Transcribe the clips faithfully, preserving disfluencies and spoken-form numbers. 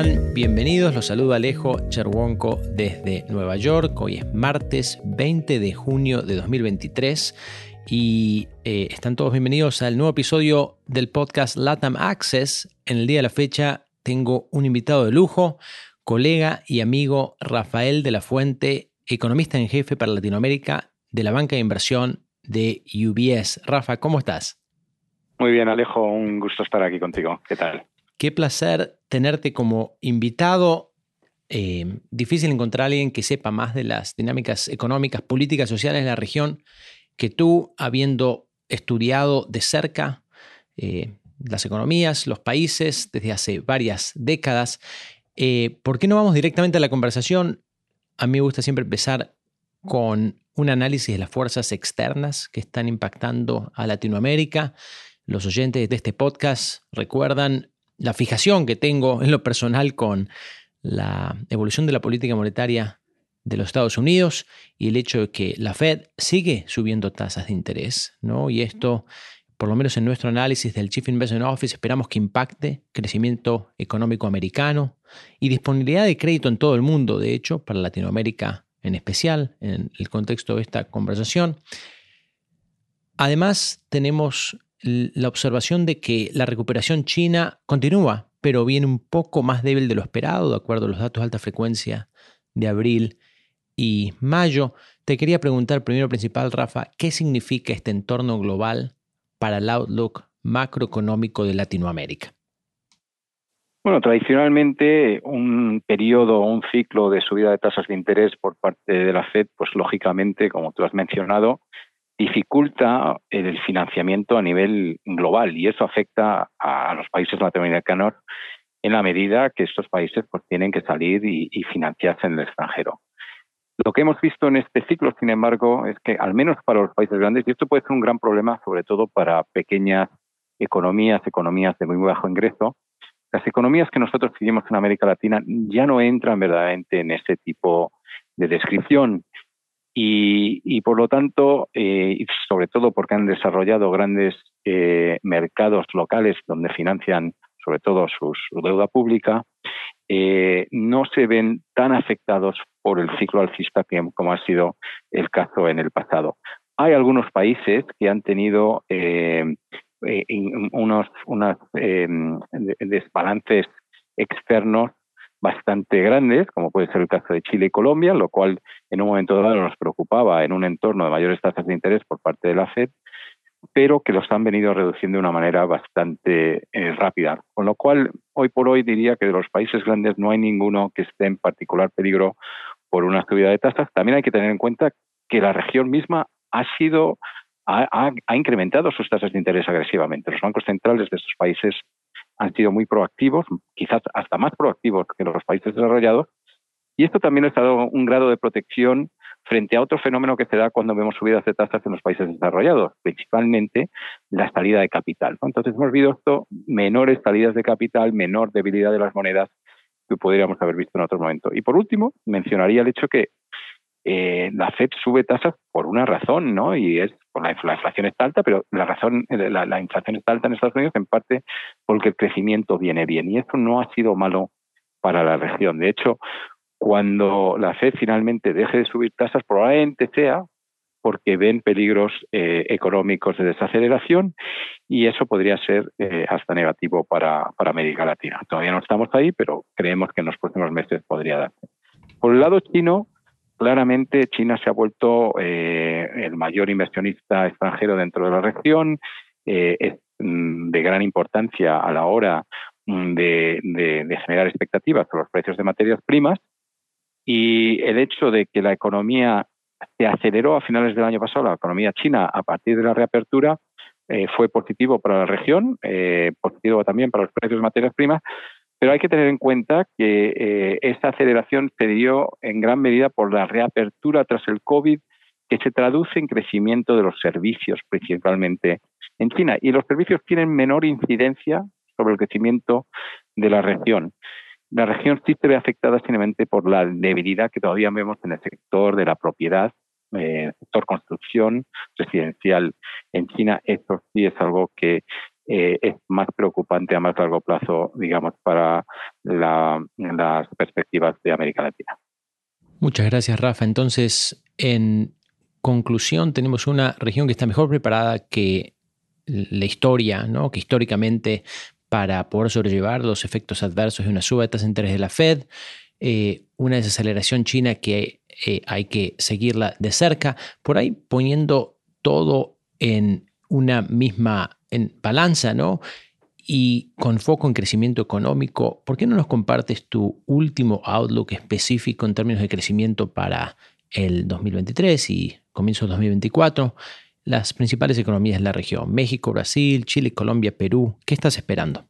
están? Bienvenidos, los saluda Alejo Cherwonko desde Nueva York. Hoy es martes veinte de junio de dos mil veintitrés y eh, están todos bienvenidos al nuevo episodio del podcast LATAM Access. En el día de la fecha tengo un invitado de lujo, colega y amigo Rafael de la Fuente, economista en jefe para Latinoamérica de la banca de inversión de U B S. Rafa, ¿cómo estás? Muy bien, Alejo, un gusto estar aquí contigo. ¿Qué tal? Qué placer tenerte como invitado. Eh, difícil encontrar a alguien que sepa más de las dinámicas económicas, políticas, sociales de la región que tú, habiendo estudiado de cerca eh, las economías, los países desde hace varias décadas. Eh, ¿Por qué no vamos directamente a la conversación? A mí me gusta siempre empezar con un análisis de las fuerzas externas que están impactando a Latinoamérica. Los oyentes de este podcast recuerdan la fijación que tengo en lo personal con la evolución de la política monetaria de los Estados Unidos y el hecho de que la Fed sigue subiendo tasas de interés, ¿no? Y esto, por lo menos en nuestro análisis del Chief Investment Office, esperamos que impacte crecimiento económico americano y disponibilidad de crédito en todo el mundo, de hecho, para Latinoamérica en especial, en el contexto de esta conversación. Además, tenemos la observación de que la recuperación china continúa, pero viene un poco más débil de lo esperado, de acuerdo a los datos de alta frecuencia de abril y mayo. Te quería preguntar primero principal, Rafa, ¿qué significa este entorno global para el outlook macroeconómico de Latinoamérica? Bueno, tradicionalmente un periodo, un ciclo de subida de tasas de interés por parte de la Fed, pues lógicamente, como tú has mencionado, dificulta el financiamiento a nivel global y eso afecta a los países latinoamericanos en la medida que estos países pues tienen que salir y, y financiarse en el extranjero. Lo que hemos visto en este ciclo, sin embargo, es que al menos para los países grandes, y esto puede ser un gran problema sobre todo para pequeñas economías, economías de muy bajo ingreso, las economías que nosotros seguimos en América Latina ya no entran verdaderamente en ese tipo de descripción. Y, y por lo tanto, eh, y sobre todo porque han desarrollado grandes eh, mercados locales donde financian sobre todo su, su deuda pública, eh, no se ven tan afectados por el ciclo alcista que, como ha sido el caso en el pasado. Hay algunos países que han tenido eh, eh, unos, unos eh, desbalances externos bastante grandes, como puede ser el caso de Chile y Colombia, lo cual en un momento dado nos preocupaba en un entorno de mayores tasas de interés por parte de la Fed, pero que los han venido reduciendo de una manera bastante eh, rápida. Con lo cual, hoy por hoy diría que de los países grandes no hay ninguno que esté en particular peligro por una subida de tasas. También hay que tener en cuenta que la región misma ha sido ha, ha, ha incrementado sus tasas de interés agresivamente. Los bancos centrales de estos países han sido muy proactivos, quizás hasta más proactivos que los países desarrollados, y esto también les ha dado un grado de protección frente a otro fenómeno que se da cuando vemos subidas de tasas en los países desarrollados, principalmente la salida de capital, ¿no? Entonces hemos visto esto, menores salidas de capital, menor debilidad de las monedas que podríamos haber visto en otro momento. Y por último, mencionaría el hecho que eh, la Fed sube tasas por una razón, ¿no? Y es por la, la inflación está alta, pero la razón, la, la inflación está alta en Estados Unidos en parte porque el crecimiento viene bien. Y esto no ha sido malo para la región. De hecho, cuando la Fed finalmente deje de subir tasas, probablemente sea porque ven peligros eh, económicos de desaceleración y eso podría ser eh, hasta negativo para, para América Latina. Todavía no estamos ahí, pero creemos que en los próximos meses podría darse. Por el lado chino, claramente China se ha vuelto eh, el mayor inversionista extranjero dentro de la región, eh, es mm, de gran importancia a la hora mm, de, de, de generar expectativas sobre los precios de materias primas. Y el hecho de que la economía se aceleró a finales del año pasado, la economía china, a partir de la reapertura, eh, fue positivo para la región, eh, positivo también para los precios de materias primas, pero hay que tener en cuenta que eh, esta aceleración se dio en gran medida por la reapertura tras el COVID, que se traduce en crecimiento de los servicios, principalmente en China. Y los servicios tienen menor incidencia sobre el crecimiento de la región. La región sí se ve afectada simplemente por la debilidad que todavía vemos en el sector de la propiedad, eh, sector construcción residencial en China. Esto sí es algo que eh, es más preocupante a más largo plazo, digamos, para, la, las perspectivas de América Latina. Muchas gracias, Rafa. Entonces, en conclusión, tenemos una región que está mejor preparada que la historia, ¿no? Que históricamente, para poder sobrellevar los efectos adversos de una suba de tasas de interés de la Fed, eh, una desaceleración china que eh, hay que seguirla de cerca, por ahí poniendo todo en una misma en balanza, ¿no? Y con foco en crecimiento económico, ¿por qué no nos compartes tu último outlook específico en términos de crecimiento para el dos mil veintitrés y comienzo del dos mil veinticuatro? Las principales economías de la región, México, Brasil, Chile, Colombia, Perú. ¿Qué estás esperando?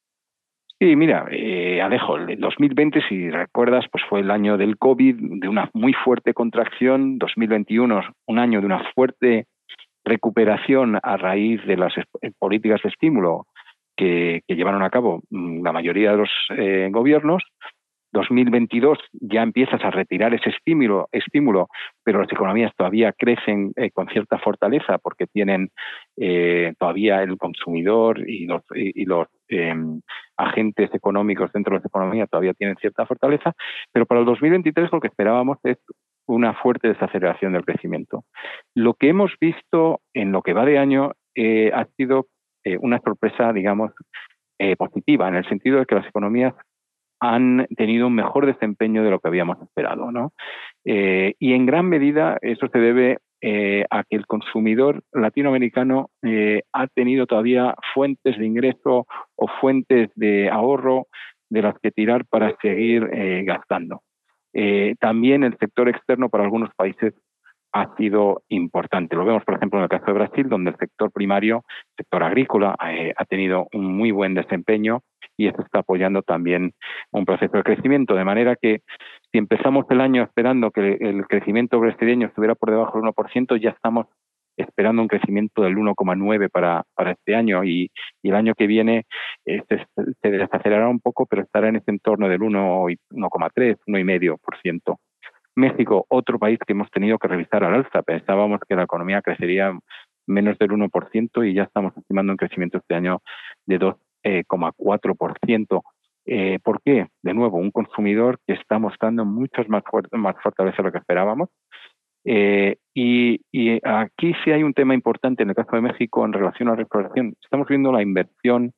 Sí, mira, eh, Alejo, el dos mil veinte, si recuerdas, pues fue el año del COVID, de una muy fuerte contracción. dos mil veintiuno, un año de una fuerte recuperación a raíz de las políticas de estímulo que, que llevaron a cabo la mayoría de los eh, gobiernos. dos mil veintidós ya empiezas a retirar ese estímulo, estímulo pero las economías todavía crecen eh, con cierta fortaleza porque tienen eh, todavía el consumidor y los, y, y los eh, agentes económicos dentro de las economías todavía tienen cierta fortaleza, pero para el dos mil veintitrés lo que esperábamos es una fuerte desaceleración del crecimiento. Lo que hemos visto en lo que va de año eh, ha sido eh, una sorpresa, digamos, eh, positiva, en el sentido de que las economías han tenido un mejor desempeño de lo que habíamos esperado, ¿no? Eh, y en gran medida eso se debe eh, a que el consumidor latinoamericano eh, ha tenido todavía fuentes de ingreso o fuentes de ahorro de las que tirar para seguir eh, gastando. Eh, también el sector externo para algunos países ha sido importante. Lo vemos, por ejemplo, en el caso de Brasil, donde el sector primario, el sector agrícola, eh, ha tenido un muy buen desempeño y esto está apoyando también un proceso de crecimiento. De manera que si empezamos el año esperando que el crecimiento brasileño estuviera por debajo del uno por ciento, ya estamos esperando un crecimiento del uno coma nueve por ciento para, para este año y, y el año que viene eh, se, se desacelerará un poco, pero estará en ese entorno del uno coma tres, uno coma cinco por ciento. México, otro país que hemos tenido que revisar al alza. Pensábamos que la economía crecería menos del uno por ciento y ya estamos estimando un crecimiento este año de dos coma cuatro por ciento. Eh, ¿Por qué? De nuevo, un consumidor que está mostrando muchos más, fuerte, más fortaleza de lo que esperábamos. Eh, y, y aquí sí hay un tema importante en el caso de México en relación a la restauración. Estamos viendo la inversión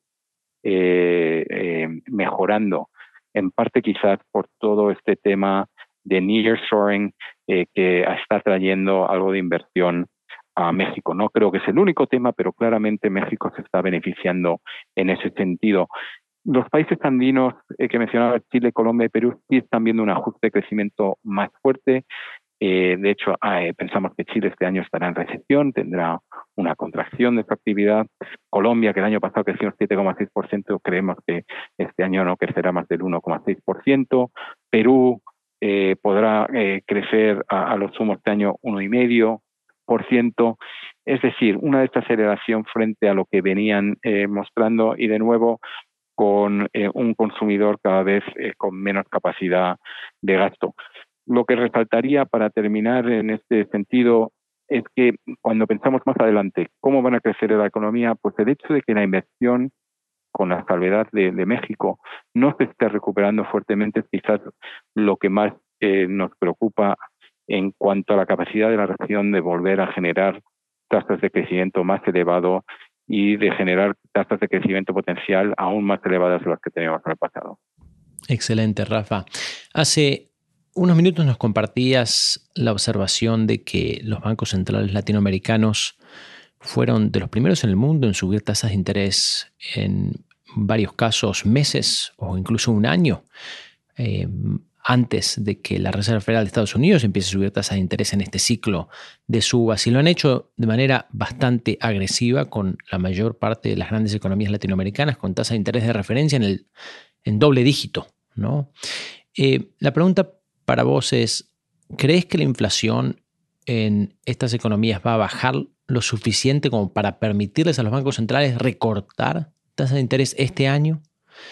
eh, eh, mejorando, en parte quizás por todo este tema de nearshoring eh, que está trayendo algo de inversión a México. No creo que es el único tema, pero claramente México se está beneficiando en ese sentido. Los países andinos eh, que mencionaba, Chile, Colombia y Perú, sí están viendo un ajuste de crecimiento más fuerte. Eh, de hecho, eh, pensamos que Chile este año estará en recesión, tendrá una contracción de su actividad. Colombia, que el año pasado creció un siete coma seis por ciento, creemos que este año no crecerá más del uno coma seis por ciento. Perú eh, podrá eh, crecer a, a lo sumo este año uno coma cinco por ciento. Es decir, una desaceleración frente a lo que venían eh, mostrando y de nuevo con eh, un consumidor cada vez eh, con menos capacidad de gasto. Lo que resaltaría para terminar en este sentido es que cuando pensamos más adelante cómo van a crecer la economía, pues el hecho de que la inversión, con la salvedad de, de México, no se esté recuperando fuertemente es quizás lo que más eh, nos preocupa en cuanto a la capacidad de la región de volver a generar tasas de crecimiento más elevado y de generar tasas de crecimiento potencial aún más elevadas de las que teníamos en el pasado. Excelente, Rafa. Hace unos minutos nos compartías la observación de que los bancos centrales latinoamericanos fueron de los primeros en el mundo en subir tasas de interés en varios casos meses o incluso un año eh, antes de que la Reserva Federal de Estados Unidos empiece a subir tasas de interés en este ciclo de subas. Y lo han hecho de manera bastante agresiva con la mayor parte de las grandes economías latinoamericanas con tasas de interés de referencia en, el, en doble dígito, ¿no? Eh, la pregunta para vos es, ¿crees que la inflación en estas economías va a bajar lo suficiente como para permitirles a los bancos centrales recortar tasas de interés este año?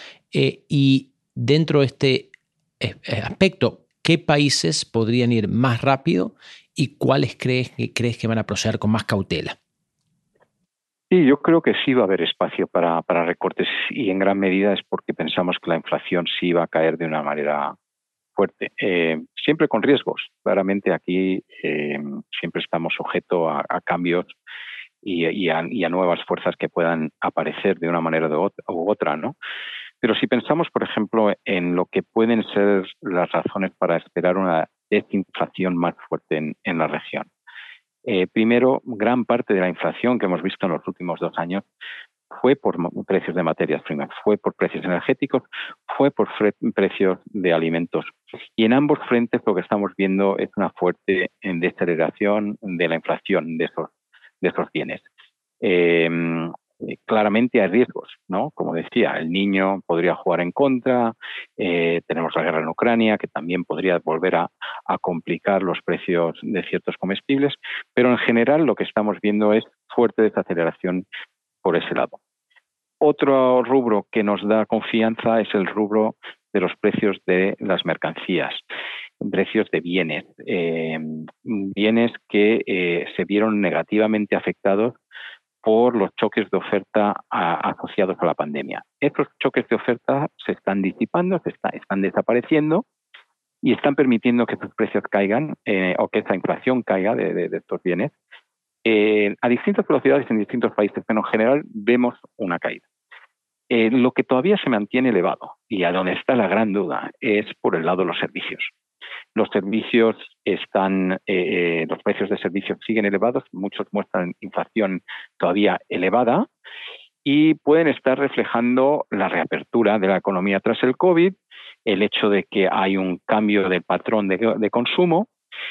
Eh, y dentro de este eh, aspecto, ¿qué países podrían ir más rápido y cuáles crees que, crees que van a proceder con más cautela? Sí, yo creo que sí va a haber espacio para, para recortes y en gran medida es porque pensamos que la inflación sí va a caer de una manera fuerte, eh, siempre con riesgos. Claramente aquí eh, siempre estamos sujetos a, a cambios y, y, a, y a nuevas fuerzas que puedan aparecer de una manera u otra, ¿no? Pero si pensamos, por ejemplo, en lo que pueden ser las razones para esperar una desinflación más fuerte en, en la región. Eh, primero, gran parte de la inflación que hemos visto en los últimos dos años fue por precios de materias primas, fue por precios energéticos, fue por precios de alimentos. Y en ambos frentes lo que estamos viendo es una fuerte deceleración de la inflación de esos, de esos bienes. Eh, claramente hay riesgos, ¿no? Como decía, el niño podría jugar en contra, eh, tenemos la guerra en Ucrania, que también podría volver a, a complicar los precios de ciertos comestibles, pero en general lo que estamos viendo es fuerte desaceleración por ese lado. Otro rubro que nos da confianza es el rubro de los precios de las mercancías, precios de bienes, eh, bienes que eh, se vieron negativamente afectados por los choques de oferta a, asociados a la pandemia. Estos choques de oferta se están disipando, se está, están desapareciendo y están permitiendo que sus precios caigan eh, o que esa inflación caiga de, de, de estos bienes eh, a distintas velocidades en distintos países, pero en general vemos una caída. Eh, lo que todavía se mantiene elevado y a donde está la gran duda es por el lado de los servicios. Los servicios están, eh, los precios de servicios siguen elevados, muchos muestran inflación todavía elevada y pueden estar reflejando la reapertura de la economía tras el COVID, el hecho de que hay un cambio del patrón de, de consumo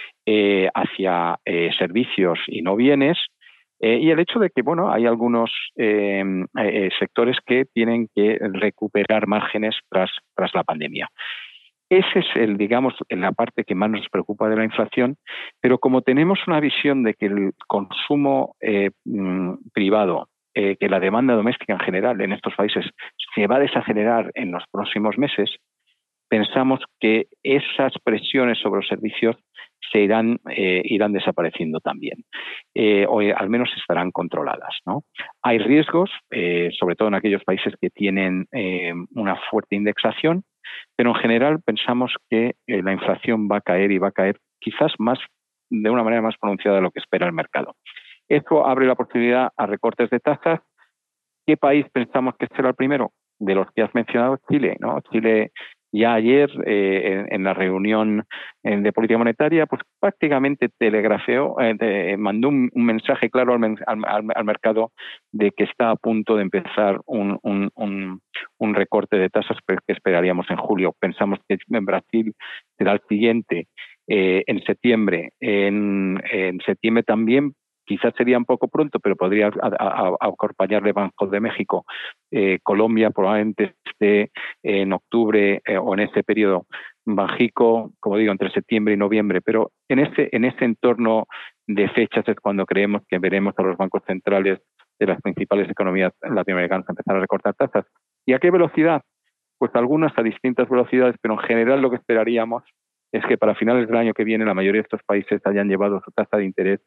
eh, hacia eh, servicios y no bienes, eh, y el hecho de que bueno, hay algunos eh, eh, sectores que tienen que recuperar márgenes tras, tras la pandemia. Ese es el, digamos, la parte que más nos preocupa de la inflación, pero como tenemos una visión de que el consumo eh, privado, eh, que la demanda doméstica en general en estos países se va a desacelerar en los próximos meses, pensamos que esas presiones sobre los servicios se irán, eh, irán desapareciendo también, eh, o al menos estarán controladas, ¿no? Hay riesgos, eh, sobre todo en aquellos países que tienen eh, una fuerte indexación, pero en general pensamos que eh, la inflación va a caer y va a caer quizás más de una manera más pronunciada de lo que espera el mercado. Esto abre la posibilidad a recortes de tasas. ¿Qué país pensamos que será el primero? De los que has mencionado, Chile, ¿no? Chile ya ayer eh, en, en la reunión de política monetaria, pues prácticamente telegrafeó, eh, de, mandó un, un mensaje claro al, al, al mercado de que está a punto de empezar un, un, un, un recorte de tasas que esperaríamos en julio. Pensamos que en Brasil será el siguiente, eh, en septiembre. En, en septiembre también, quizás sería un poco pronto, pero podría a, a, a acompañarle Banco de México. Eh, Colombia probablemente esté en octubre eh, o en ese periodo. Banxico, como digo, entre septiembre y noviembre, pero en ese, en ese entorno de fechas es cuando creemos que veremos a los bancos centrales de las principales economías latinoamericanas empezar a recortar tasas. ¿Y a qué velocidad? Pues algunas a distintas velocidades, pero en general lo que esperaríamos es que para finales del año que viene la mayoría de estos países hayan llevado su tasa de interés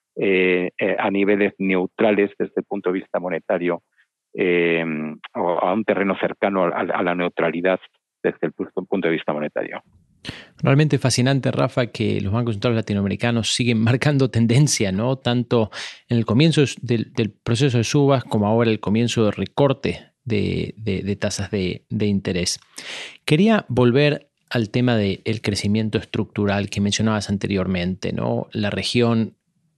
eh, eh, a niveles neutrales desde el punto de vista monetario, eh, o a un terreno cercano a, a la neutralidad desde el punto de vista monetario. Realmente fascinante, Rafa, que los bancos centrales latinoamericanos siguen marcando tendencia, ¿no? Tanto en el comienzo del, del proceso de subas como ahora el comienzo del recorte de, de, de tasas de, de interés. Quería volver al tema del crecimiento estructural que mencionabas anteriormente, ¿no? La región,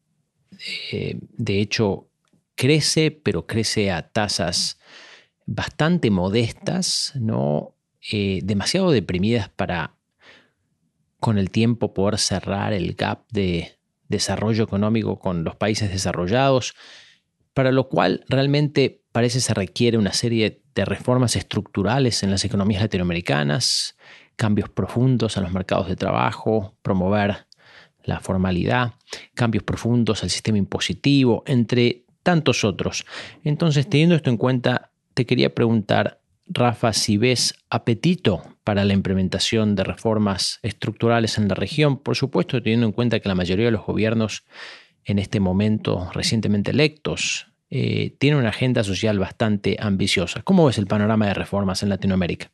eh, de hecho, crece, pero crece a tasas bastante modestas, ¿no? Eh, demasiado deprimidas para con el tiempo poder cerrar el gap de desarrollo económico con los países desarrollados, para lo cual realmente parece se requiere una serie de reformas estructurales en las economías latinoamericanas, cambios profundos a los mercados de trabajo, promover la formalidad, cambios profundos al sistema impositivo, entre tantos otros. Entonces, teniendo esto en cuenta, te quería preguntar, Rafa, si ves apetito para la implementación de reformas estructurales en la región, por supuesto teniendo en cuenta que la mayoría de los gobiernos en este momento recientemente electos eh, tiene una agenda social bastante ambiciosa. ¿Cómo ves el panorama de reformas en Latinoamérica?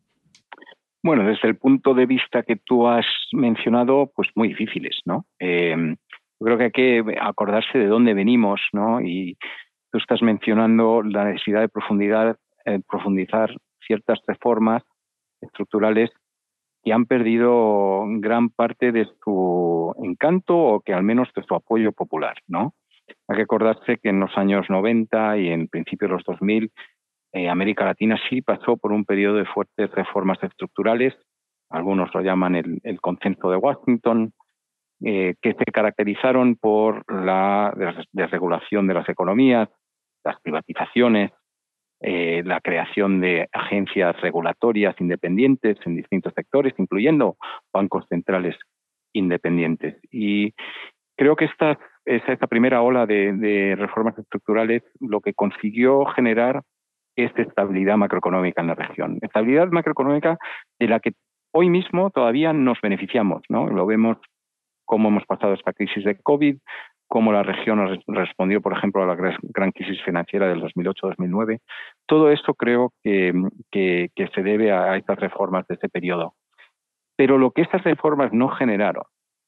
Bueno, desde el punto de vista que tú has mencionado, pues muy difíciles, ¿no? Eh, yo creo que hay que acordarse de dónde venimos, ¿no? Y tú estás mencionando la necesidad de profundidad, eh, profundizar ciertas reformas estructurales que han perdido gran parte de su encanto o que al menos de su apoyo popular, ¿no? Hay que acordarse que en los años noventa y en principio de los dos mil, eh, América Latina sí pasó por un periodo de fuertes reformas estructurales, algunos lo llaman el, el consenso de Washington, eh, que se caracterizaron por la desregulación de las economías, las privatizaciones, eh, la creación de agencias regulatorias independientes en distintos sectores, incluyendo bancos centrales independientes. Y creo que esta, esta primera ola de, de reformas estructurales lo que consiguió generar es estabilidad macroeconómica en la región. Estabilidad macroeconómica de la que hoy mismo todavía nos beneficiamos, ¿no? Lo vemos cómo hemos pasado esta crisis de COVID, cómo la región respondió, por ejemplo, a la gran crisis financiera del dos mil ocho dos mil nueve. Todo esto creo que, que, que se debe a estas reformas de ese periodo. Pero lo que estas reformas no generaron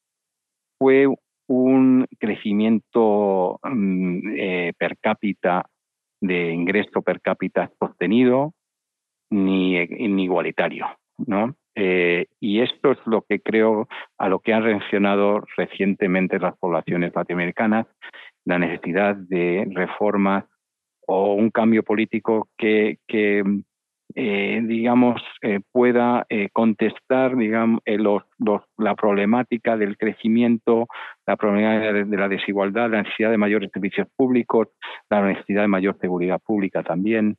fue un crecimiento eh, per cápita, de ingreso per cápita sostenido ni, ni igualitario, ¿no? Eh, y esto es lo que creo a lo que han reaccionado recientemente las poblaciones latinoamericanas, la necesidad de reformas o un cambio político que, que eh, digamos, eh, pueda eh, contestar, digamos, eh, los, los, la problemática del crecimiento, la problemática de, de la desigualdad, la necesidad de mayores servicios públicos, la necesidad de mayor seguridad pública también.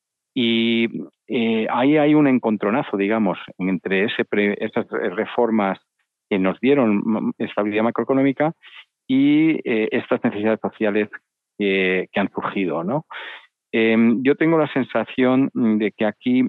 Y eh, ahí hay un encontronazo, digamos, entre ese pre, esas reformas que nos dieron estabilidad macroeconómica y eh, estas necesidades sociales que, que han surgido, ¿no? Eh, yo tengo la sensación de que aquí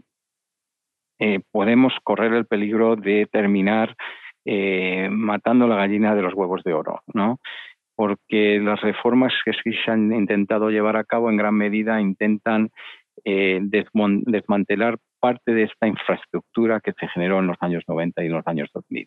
eh, podemos correr el peligro de terminar eh, matando la gallina de los huevos de oro, ¿no? Porque las reformas que se han intentado llevar a cabo en gran medida intentan eh, desmantelar parte de esta infraestructura que se generó en los años noventa y en los años dos mil.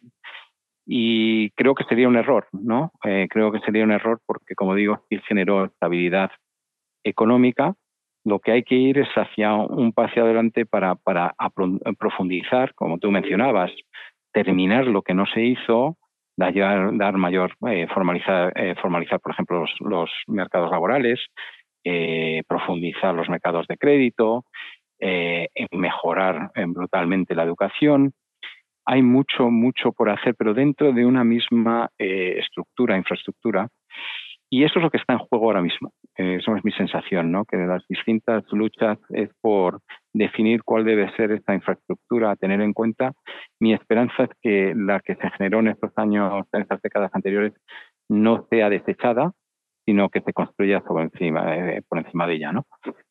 Y creo que sería un error, ¿no? Eh, creo que sería un error porque, como digo, sí generó estabilidad económica. Lo que hay que ir es hacia un paso adelante para, para profundizar, como tú mencionabas, terminar lo que no se hizo, dar, dar mayor, eh, formalizar, eh, formalizar, por ejemplo, los, los mercados laborales, eh, profundizar los mercados de crédito, eh, mejorar eh, brutalmente la educación. Hay mucho, mucho por hacer, pero dentro de una misma eh, estructura, infraestructura. Y eso es lo que está en juego ahora mismo. Eh, eso es mi sensación, ¿no? Que de las distintas luchas es por definir cuál debe ser esta infraestructura a tener en cuenta. Mi esperanza es que la que se generó en estos años, en estas décadas anteriores, no sea desechada, sino que se construya sobre encima, eh, por encima de ella, ¿no?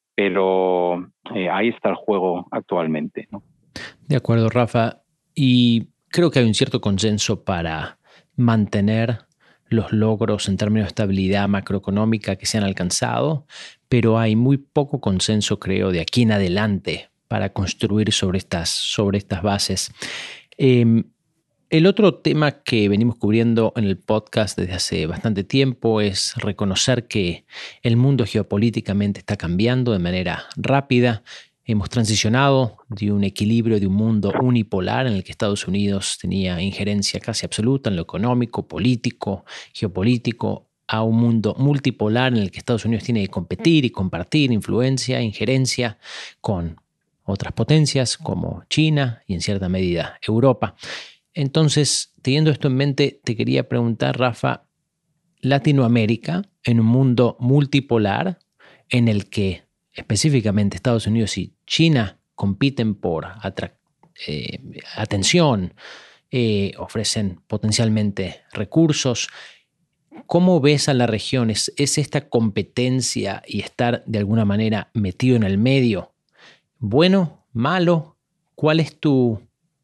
Pero eh, ahí está el juego actualmente, ¿no? De acuerdo, Rafa. Y creo que hay un cierto consenso para mantener los logros en términos de estabilidad macroeconómica que se han alcanzado, pero hay muy poco consenso, creo, de aquí en adelante para construir sobre estas, sobre estas bases. Eh, el otro tema que venimos cubriendo en el podcast desde hace bastante tiempo es reconocer que el mundo geopolíticamente está cambiando de manera rápida. Hemos transicionado de un equilibrio de un mundo unipolar en el que Estados Unidos tenía injerencia casi absoluta en lo económico, político, geopolítico, a un mundo multipolar en el que Estados Unidos tiene que competir y compartir influencia, injerencia con otras potencias como China y en cierta medida Europa. Entonces, teniendo esto en mente, te quería preguntar, Rafa, Latinoamérica en un mundo multipolar en el que específicamente Estados Unidos y China compiten por atra- eh, atención, eh, ofrecen potencialmente recursos. ¿Cómo ves a la región? ¿Es, ¿Es esta competencia y estar de alguna manera metido en el medio bueno, malo? ¿Cuál es tu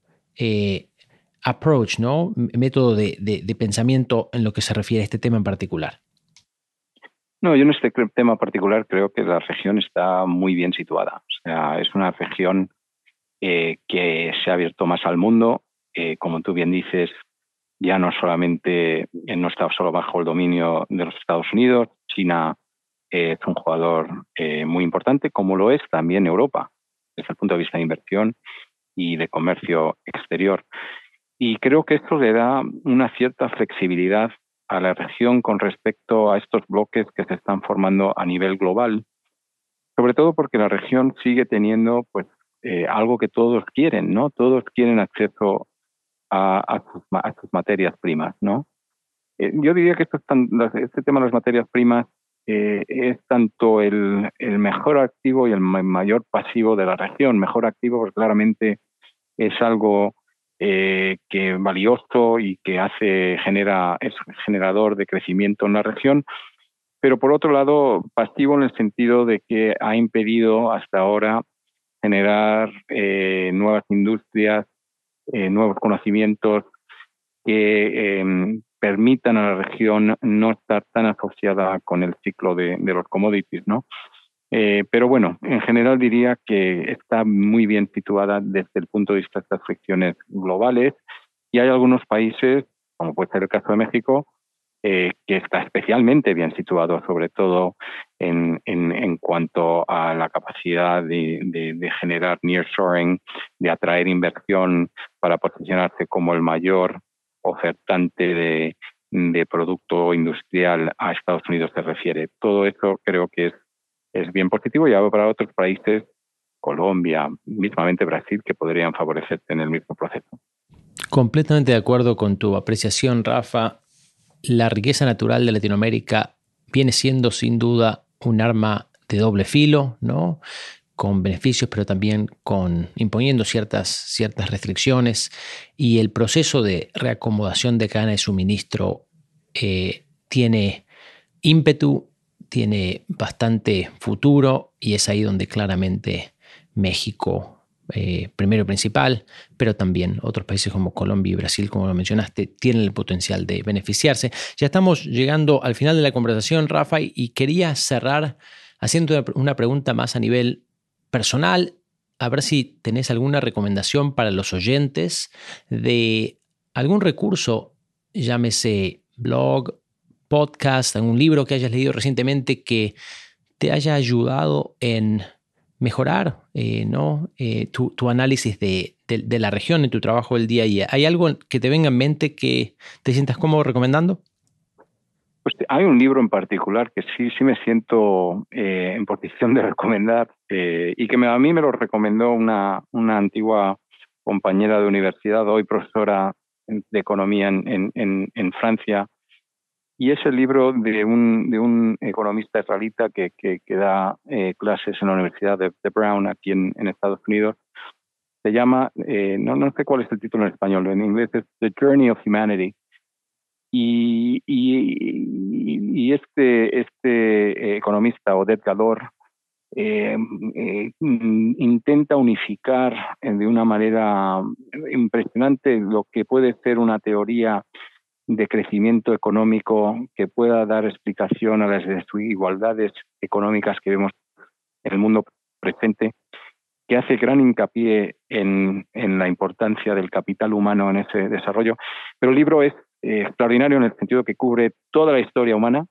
eh, approach, ¿no? método de, de, de pensamiento en lo que se refiere a este tema en particular? No, yo en este tema particular creo que la región está muy bien situada. O sea, es una región eh, que se ha abierto más al mundo. Eh, como tú bien dices, ya no solamente eh, no está solo bajo el dominio de los Estados Unidos. China eh, es un jugador eh, muy importante, como lo es también Europa, desde el punto de vista de inversión y de comercio exterior. Y creo que esto le da una cierta flexibilidad a la región con respecto a estos bloques que se están formando a nivel global, sobre todo porque la región sigue teniendo pues eh, algo que todos quieren, ¿no? Todos quieren acceso a, a, sus, a sus materias primas, ¿no? Eh, yo diría que esto es tan, este tema de las materias primas eh, es tanto el, el mejor activo y el mayor pasivo de la región. Mejor activo, pues claramente es algo eh, que valioso y que hace genera es generador de crecimiento en la región, pero por otro lado pasivo en el sentido de que ha impedido hasta ahora generar eh, nuevas industrias, eh, nuevos conocimientos que eh, permitan a la región no estar tan asociada con el ciclo de, de los commodities, ¿no? Eh, pero bueno, en general diría que está muy bien situada desde el punto de vista de estas fricciones globales, y hay algunos países, como puede ser el caso de México, eh, que está especialmente bien situado, sobre todo en, en, en cuanto a la capacidad de, de, de generar nearshoring, de atraer inversión para posicionarse como el mayor ofertante de, de producto industrial a Estados Unidos se refiere. Todo eso creo que es es bien positivo, y para otros países, Colombia, mismamente Brasil, que podrían favorecerse en el mismo proceso. Completamente de acuerdo con tu apreciación, Rafa. La riqueza natural de Latinoamérica viene siendo sin duda un arma de doble filo, ¿no? Con beneficios, pero también con imponiendo ciertas, ciertas restricciones. Y el proceso de reacomodación de cadena de suministro eh, tiene ímpetu, tiene bastante futuro, y es ahí donde claramente México, eh, primero y principal, pero también otros países como Colombia y Brasil, como lo mencionaste, tienen el potencial de beneficiarse. Ya estamos llegando al final de la conversación, Rafa, y quería cerrar haciendo una pregunta más a nivel personal, a ver si tenés alguna recomendación para los oyentes de algún recurso, llámese blog, podcast, algún libro que hayas leído recientemente que te haya ayudado en mejorar eh, ¿no? eh, tu, tu análisis de, de, de la región en tu trabajo del día a día. ¿Hay algo que te venga en mente que te sientas cómodo recomendando? Pues hay un libro en particular que sí, sí me siento eh, en posición de recomendar eh, y que me, a mí me lo recomendó una, una antigua compañera de universidad, hoy profesora de economía en, en, en Francia. Y es el libro de un, de un economista israelita que, que, que da eh, clases en la Universidad de, de Brown aquí en, en Estados Unidos. Se llama, eh, no, no sé cuál es el título en español, en inglés es The Journey of Humanity. Y, y, y este, este economista, Oded Gador, eh, eh, intenta unificar de una manera impresionante lo que puede ser una teoría de crecimiento económico que pueda dar explicación a las desigualdades económicas que vemos en el mundo presente, que hace gran hincapié en, en la importancia del capital humano en ese desarrollo. Pero el libro es eh, extraordinario en el sentido que cubre toda la historia humana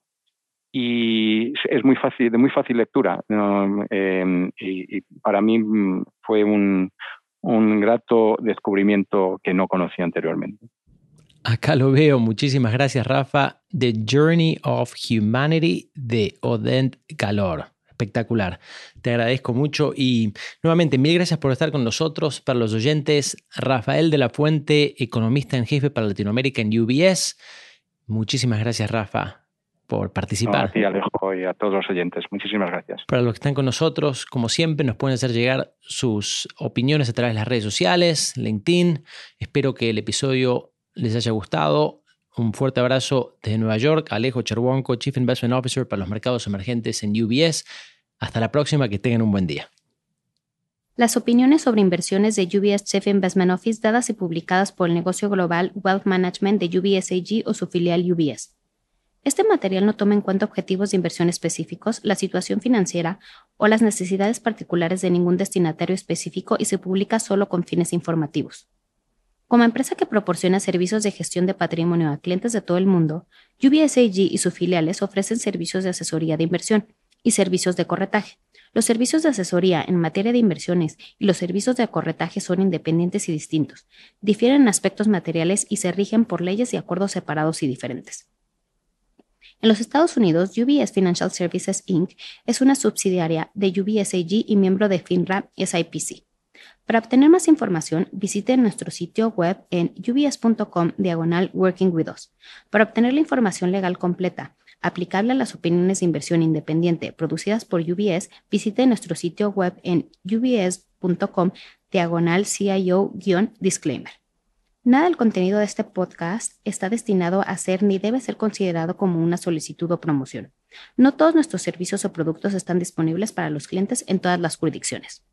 y es muy fácil, de muy fácil lectura. ¿no? Eh, y, y para mí fue un, un grato descubrimiento que no conocía anteriormente. Acá lo veo. Muchísimas gracias, Rafa. The Journey of Humanity de Oded Gador. Espectacular. Te agradezco mucho y nuevamente mil gracias por estar con nosotros. Para los oyentes, Rafael de la Fuente, economista en jefe para Latinoamérica en U B S. Muchísimas gracias, Rafa, por participar. No, a ti, Alejo, y a todos los oyentes. Muchísimas gracias. Para los que están con nosotros, como siempre, nos pueden hacer llegar sus opiniones a través de las redes sociales, LinkedIn. Espero que el episodio les haya gustado. Un fuerte abrazo desde Nueva York, Alejo Cherwonko, Chief Investment Officer para los mercados emergentes en U B S. Hasta la próxima, que tengan un buen día. Las opiniones sobre inversiones de U B S Chief Investment Office dadas y publicadas por el negocio global Wealth Management de U B S A G o su filial U B S. Este material no toma en cuenta objetivos de inversión específicos, la situación financiera o las necesidades particulares de ningún destinatario específico y se publica solo con fines informativos. Como empresa que proporciona servicios de gestión de patrimonio a clientes de todo el mundo, U B S A G y sus filiales ofrecen servicios de asesoría de inversión y servicios de corretaje. Los servicios de asesoría en materia de inversiones y los servicios de corretaje son independientes y distintos, difieren en aspectos materiales y se rigen por leyes y acuerdos separados y diferentes. En los Estados Unidos, U B S Financial Services incorporated es una subsidiaria de U B S A G y miembro de FINRA S I P C. Para obtener más información, visite nuestro sitio web en ubs.com diagonal working with us. Para obtener la información legal completa, aplicable a las opiniones de inversión independiente producidas por U B S, visite nuestro sitio web en ubs.com diagonal CIO-disclaimer. Nada del contenido de este podcast está destinado a ser ni debe ser considerado como una solicitud o promoción. No todos nuestros servicios o productos están disponibles para los clientes en todas las jurisdicciones.